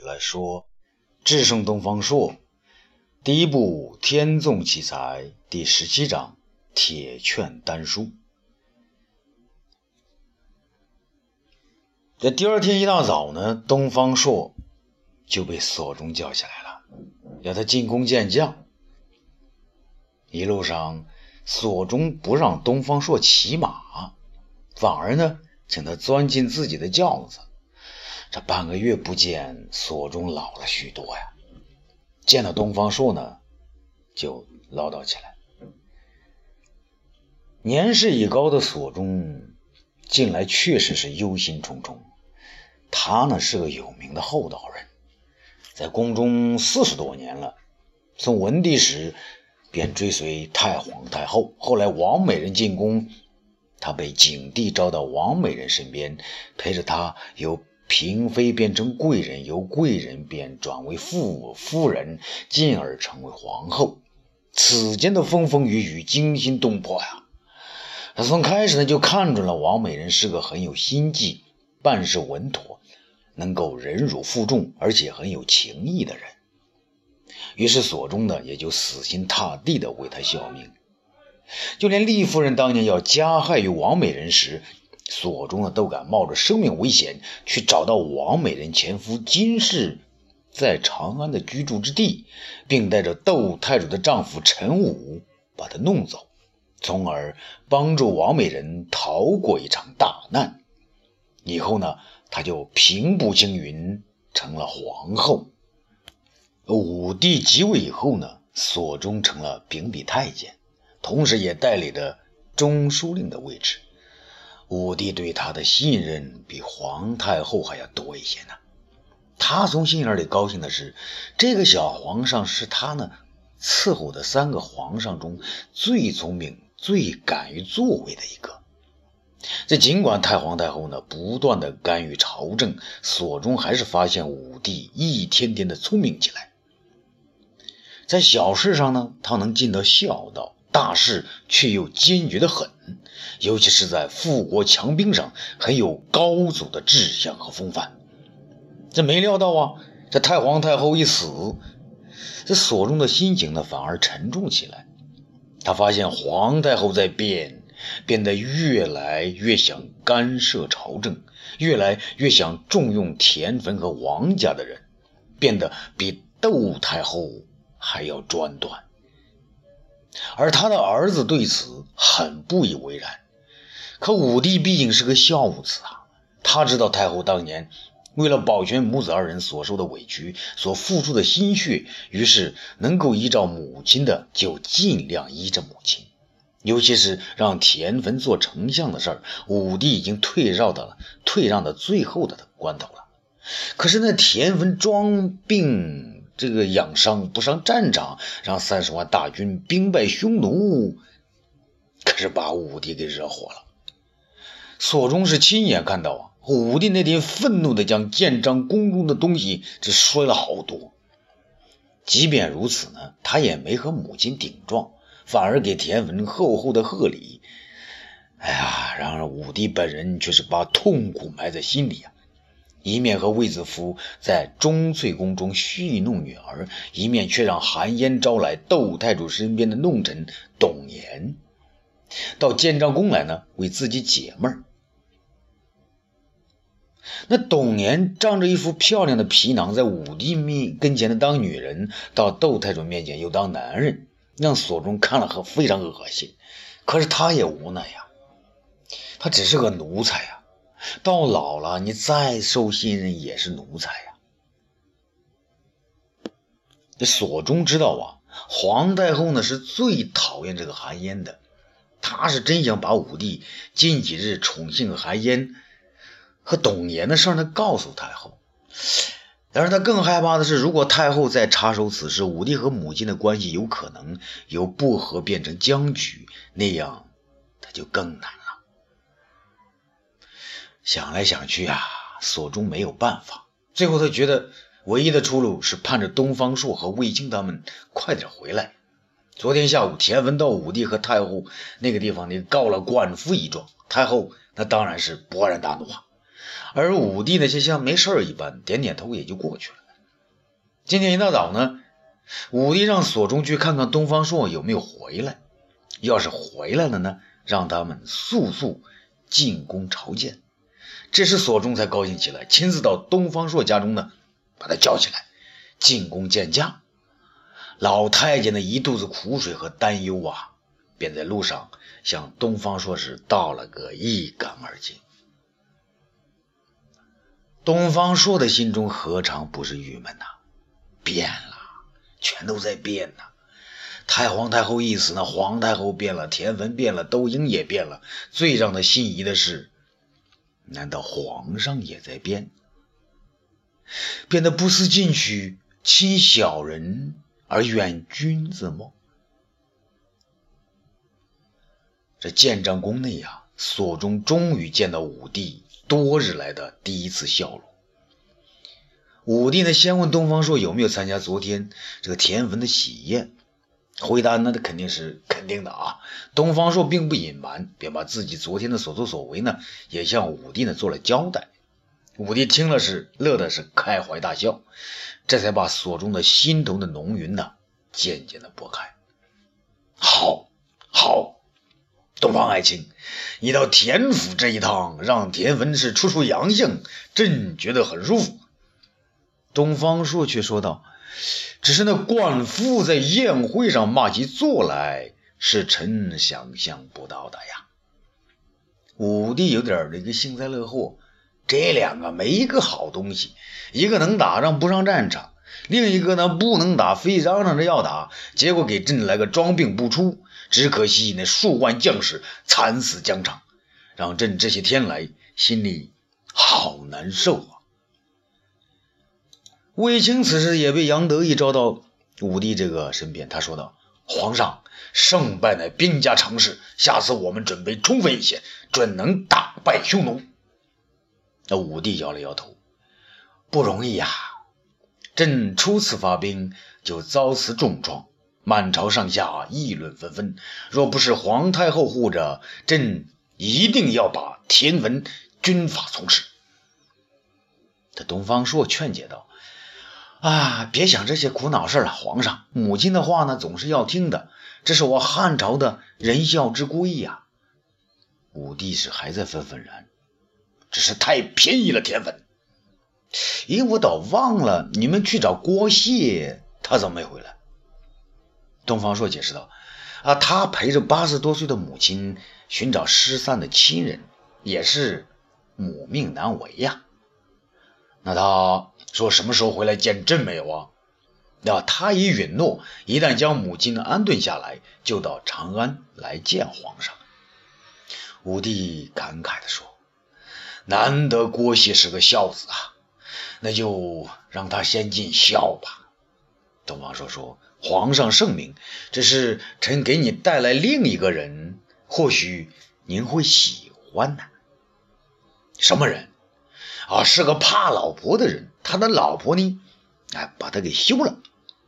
来说智胜东方朔第一部天纵奇才第17章铁券丹书。这第二天一大早呢，东方朔就被索中叫起来了，要他进宫见将。一路上索中不让东方朔骑马，反而呢请他钻进自己的轿子。这半个月不见，索中老了许多呀。见到东方朔呢，就唠叨起来。年事已高的索中近来确实是忧心忡忡。他呢是个有名的厚道人，在宫中40多年了，从文帝时便追随太皇太后，后来王美人进宫，他被景帝招到王美人身边，陪着他由嫔妃变成贵人，由贵人便转为夫人，进而成为皇后。此间的风风雨雨惊心动魄呀！他从开始呢就看准了王美人是个很有心计，办事稳妥，能够忍辱负重，而且很有情义的人。于是索中呢也就死心塌地的为他效命。就连厉夫人当年要加害于王美人时，索中呢都敢冒着生命危险去找到王美人前夫金氏在长安的居住之地，并带着窦太主的丈夫陈武把他弄走，从而帮助王美人逃过一场大难。以后呢他就平步青云，成了皇后。武帝即位以后呢，索中成了秉笔太监，同时也代理着中书令的位置。武帝对他的信任比皇太后还要多一些呢。他从心眼里高兴的是，这个小皇上是他呢伺候的3个皇上中最聪明、最敢于作为的一个。这尽管太皇太后呢不断的干预朝政，索中还是发现武帝一天天的聪明起来。在小事上呢他能尽到孝道，大事却又坚决的很，尤其是在富国强兵上很有高祖的志向和风范。这没料到啊，这太皇太后一死，这索中的心情呢反而沉重起来。他发现皇太后在变得越来越想干涉朝政，越来越想重用田汾和王家的人，变得比窦太后还要专断。而他的儿子对此很不以为然。可武帝毕竟是个孝子啊，他知道太后当年为了保全母子2人所受的委屈，所付出的心血，于是能够依照母亲的就尽量依着母亲。尤其是让田汾做丞相的事儿，武帝已经退让到最后的关头了。可是那田汾装病这个养伤不上战场，让30万大军兵败匈奴，可是把武帝给惹火了。索中是亲眼看到啊，武帝那天愤怒地将建章宫中的东西只摔了好多。即便如此呢，他也没和母亲顶撞，反而给田汾厚厚的贺礼。然而武帝本人却是把痛苦埋在心里啊，一面和卫子夫在钟粹宫中戏弄女儿，一面却让韩嫣招来窦太主身边的弄臣董延到建章宫来呢，为自己解闷。那董延仗着一副漂亮的皮囊，在武帝跟前的当女人，到窦太主面前又当男人，让索中看了非常恶心。可是他也无奈呀，他只是个奴才呀，到老了你再受信任也是奴才呀。这索中知道啊，皇太后呢是最讨厌这个韩嫣的，他是真想把武帝近几日宠幸韩嫣和董延的事呢告诉太后。然而他更害怕的是，如果太后再插手此事，武帝和母亲的关系有可能由不和变成僵局，那样他就更难了。想来想去啊，索中没有办法，最后他觉得唯一的出路是盼着东方朔和卫青他们快点回来。昨天下午田汾到武帝和太后那个地方告了管夫一状，太后那当然是勃然大怒啊。而武帝呢就像没事一般，点点头也就过去了。 今天一大早呢，武帝让所中去看看东方朔有没有回来，要是回来了呢，让他们速速进宫朝见。这时所中才高兴起来，亲自到东方朔家中呢，把他叫起来进宫见驾。老太监的一肚子苦水和担忧啊，便在路上向东方朔是道了个一干二净。东方朔的心中何尝不是郁闷呐？变了，全都在变呐！太皇太后一死呢，皇太后变了，田汾变了，窦婴也变了。最让他心仪的是，难道皇上也在变？变得不思进取，亲小人而远君子吗？这建章宫内啊，所中终于见到武帝多日来的第一次笑容。武帝呢，先问东方朔有没有参加昨天这个田汾的喜宴，回答那肯定是肯定的啊。东方朔并不隐瞒，便把自己昨天的所作所为呢，也向武帝呢做了交代。武帝听了是乐的是开怀大笑，这才把所中的心头的浓云呢渐渐的拨开。好，东方爱卿，你到田府这一趟，让田汾是出洋相，朕觉得很舒服。东方朔却说道，只是那灌夫在宴会上骂起作来，是臣想象不到的呀。武帝有点这个幸灾乐祸，这两个没一个好东西，一个能打仗不上战场，另一个呢不能打非嚷嚷着要打，结果给朕来个装病不出，只可惜那数万将士惨死疆场，让朕这些天来心里好难受啊。卫青此时也被杨得意招到武帝这个身边，他说道，皇上，胜败乃兵家常事，下次我们准备充分一些，准能打败匈奴。那武帝摇了摇头，不容易呀，朕初次发兵就遭此重创，满朝上下议论纷纷，若不是皇太后护着，朕一定要把田汾军法从事。这东方朔劝解道，别想这些苦恼事了，皇上，母亲的话呢总是要听的，这是我汉朝的仁孝之规呀。武帝是还在愤愤然，只是太便宜了田汾。我倒忘了，你们去找郭谢，他怎么没回来？东方朔解释道，他陪着80多岁的母亲寻找失散的亲人，也是母命难违呀。那他说什么时候回来见朕没有啊？他已允诺，一旦将母亲安顿下来，就到长安来见皇上。武帝感慨地说，难得郭谢是个孝子啊，那就让他先尽孝吧。东方朔说，皇上圣明，这是臣给你带来另一个人，或许您会喜欢呢。什么人？是个怕老婆的人，他的老婆呢，把他给休了。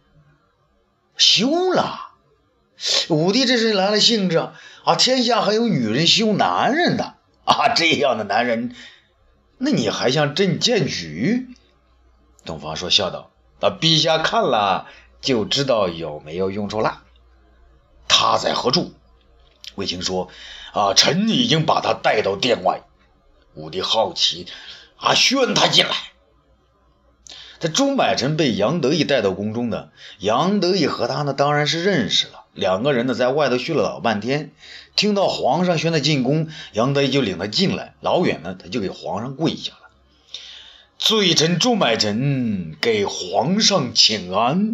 休了？武帝这是来了兴致天下还有女人休男人的这样的男人，那你还向朕荐举？东方朔笑道，陛下看了就知道有没有用处了。他在何处？卫青说，臣已经把他带到殿外。武帝好奇，宣他进来。这朱买臣被杨得意带到宫中呢，杨得意和他呢当然是认识了，两个人呢在外头续了老半天，听到皇上宣他进宫，杨得意就领他进来，老远呢他就给皇上跪下了，罪臣朱买臣给皇上请安。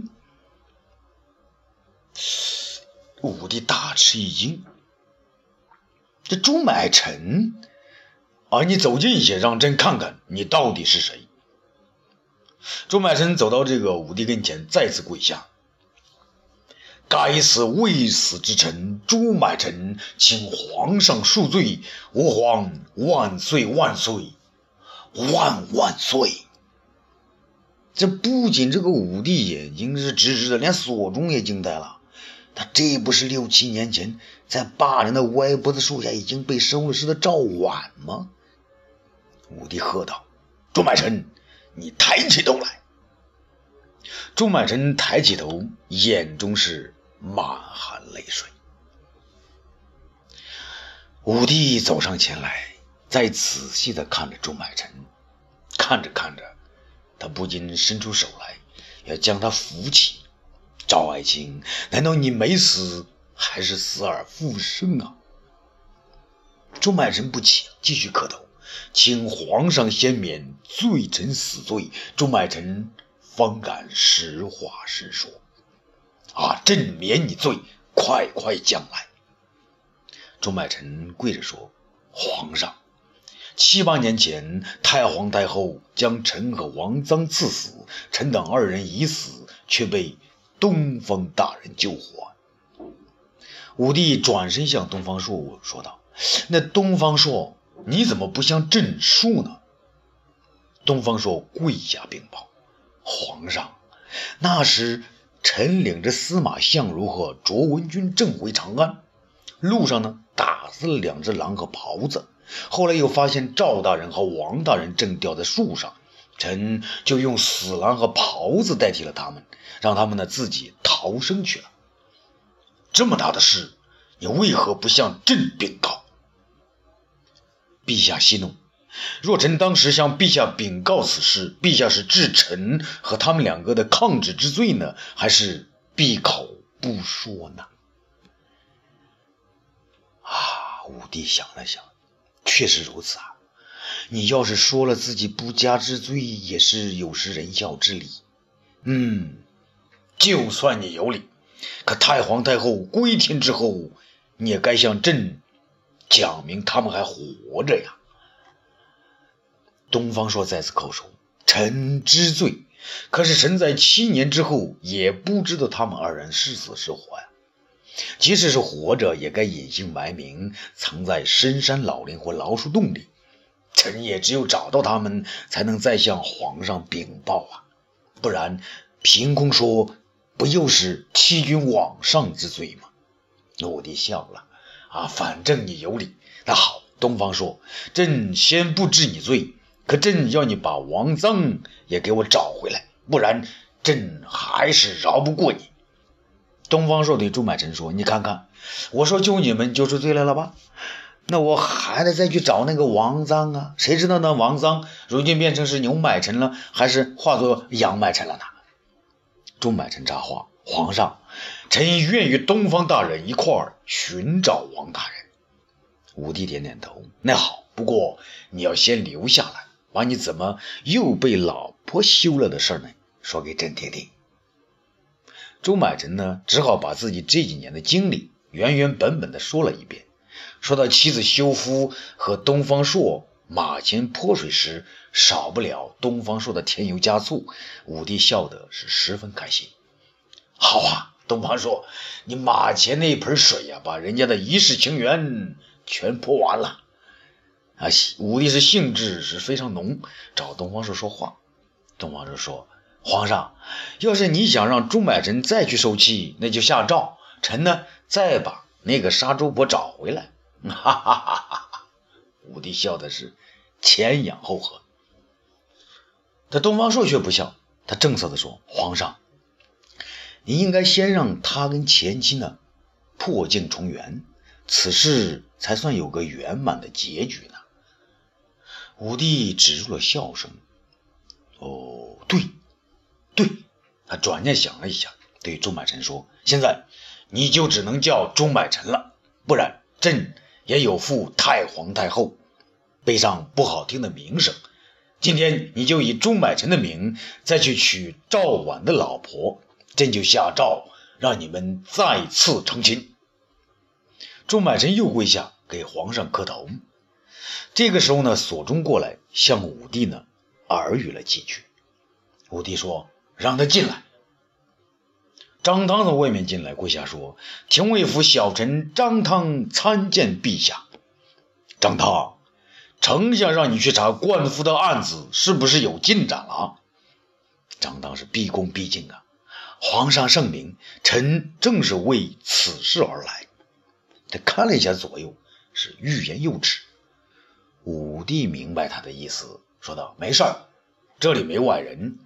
武帝大吃一惊，这朱买臣你走近一些，让朕看看你到底是谁。朱买臣走到这个武帝跟前，再次跪下，该死未死之臣朱买臣，请皇上恕罪，吾皇万岁万岁万万岁。这不仅这个武帝眼睛是直直的，连所中也惊呆了，他这不是6、7年前在霸人的歪脖子树下已经被收了尸的赵婉吗？武帝喝道，朱买臣，你抬起头来。 钟满臣抬起头，眼中是满含泪水。武帝走上前来，再仔细地看着钟满臣，看着看着，他不禁伸出手来，要将他扶起。赵爱卿，难道你没死，还是死而复生啊？钟满臣不起，继续磕头，请皇上先免罪臣死罪。钟满臣方敢实话实说，朕免你罪，快快将来。钟满臣跪着说，皇上，7、8年前太皇太后将臣和王臧赐死，臣等2人已死，却被东方大人救活。武帝转身向东方朔说道，那东方朔，你怎么不向朕述呢？东方朔跪下禀报，皇上，那时臣领着司马相如和卓文君正回长安，路上呢打死了2只狼和狍子，后来又发现赵大人和王大人正吊在树上，臣就用死狼和狍子代替了他们，让他们呢自己逃生去了。这么大的事，你为何不向朕禀告？陛下息怒，若臣当时向陛下禀告此事，陛下是治臣和他们2个的抗旨之罪呢，还是闭口不说呢？武帝想了想，确实如此啊。你要是说了自己不加之罪，也是有失人孝之理。就算你有理，可太皇太后归天之后，你也该向朕讲明他们还活着呀。东方朔再次叩首，臣知罪，可是臣在7年之后也不知道他们2人是死是活呀。即使是活着，也该隐姓埋名，藏在深山老林或老鼠洞里。臣也只有找到他们，才能再向皇上禀报啊，不然凭空说，不又是欺君罔上之罪吗？武帝笑了，反正你有理。那好，东方朔，朕先不治你罪，可朕要你把王臧也给我找回来，不然朕还是饶不过你。东方朔对钟满臣说，你看看，我说救你们救出罪来了吧，那我还得再去找那个王臧啊，谁知道那王臧如今变成是牛买臣了，还是化作羊买臣了呢？钟满臣插话，皇上，臣愿与东方大人一块儿寻找王大人。武帝点点头，那好，不过你要先留下来，把你怎么又被老婆休了的事呢说给朕听听。钟满臣呢，只好把自己这几年的经历原原本本的说了一遍。说到妻子休夫和东方朔马前泼水时，少不了东方朔的添油加醋，武帝笑得是十分开心。好啊，东方朔，你马前那一盆水呀，把人家的一世情缘全泼完了。武帝是兴致是非常浓，找东方朔说话。东方朔说，皇上，要是你想让钟满臣再去受气，那就下诏，臣呢再把那个杀猪婆找回来。武帝笑的是前仰后合。但东方朔却不笑，他正色的说，皇上，你应该先让他跟前妻呢破镜重圆，此事才算有个圆满的结局呢。武帝止住了笑声。对，他转念想了一下，对钟满臣说，现在你就只能叫钟满臣了，不然朕也有负太皇太后，背上不好听的名声。今天你就以钟满臣的名再去娶赵婉的老婆，朕就下诏让你们再次成亲。钟满臣又跪下给皇上磕头。这个时候呢，锁中过来向武帝呢耳语了几句。武帝说，让他进来。张汤从外面进来，跪下说，廷尉府小臣张汤参见陛下。张汤，丞相让你去查灌夫的案子，是不是有进展了？张汤是毕恭毕敬啊，皇上圣明，臣正是为此事而来。他看了一下左右，是欲言又止。武帝明白他的意思，说道，没事儿，这里没外人，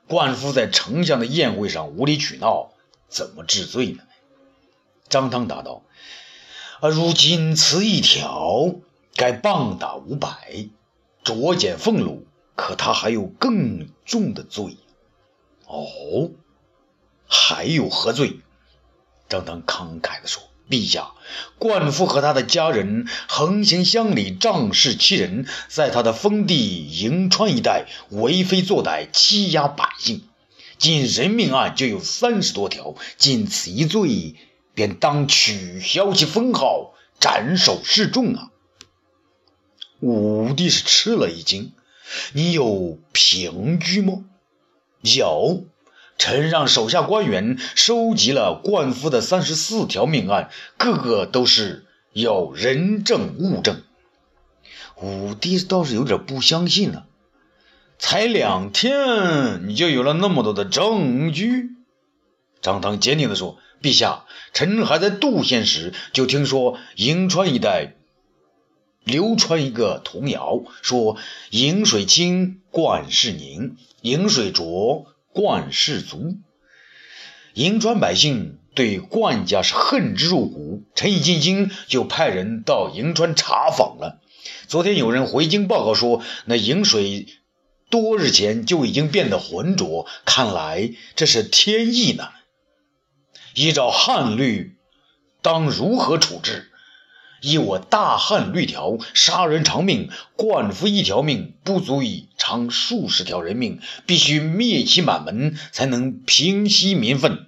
灌夫在丞相的宴会上无理取闹，怎么治罪呢？张汤答道：如今此一条，该棒打500，酌减俸禄，可他还有更重的罪。哦，还有何罪？张汤慷慨地说：陛下，灌夫和他的家人横行乡里，仗势欺人，在他的封地颍川一带为非作歹，欺压百姓。仅人命案就有30多条，仅此一罪，便当取消其封号，斩首示众啊！武帝是吃了一惊：你有凭据吗？有，臣让手下官员收集了灌夫的34条命案，个个都是有人证物证。武帝倒是有点不相信了，才2天你就有了那么多的证据？张汤坚定地说：陛下，臣还在杜县时就听说颍川一带流传一个童谣，说颍水清，灌是宁；颍水浊，灌是足。颍川百姓对灌家是恨之入骨，臣一进京就派人到颍川查访了。昨天有人回京报告说，那颍水多日前就已经变得浑浊，看来这是天意呢。依照汉律，当如何处置？依我大汉律条，杀人偿命，灌夫1条命不足以偿数十条人命，必须灭其满门，才能平息民愤。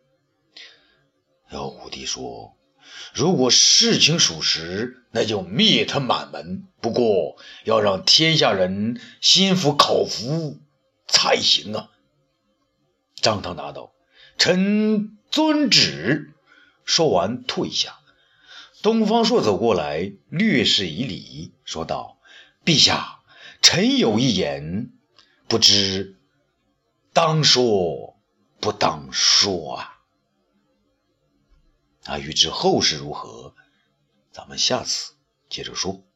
武帝说：如果事情属实，那就灭他满门，不过要让天下人心服口服才行啊。张汤答道：臣遵旨。说完退下。东方朔走过来，略施以礼，说道：陛下，臣有一言，不知当说不当说啊。欲知后事如何，咱们下次接着说。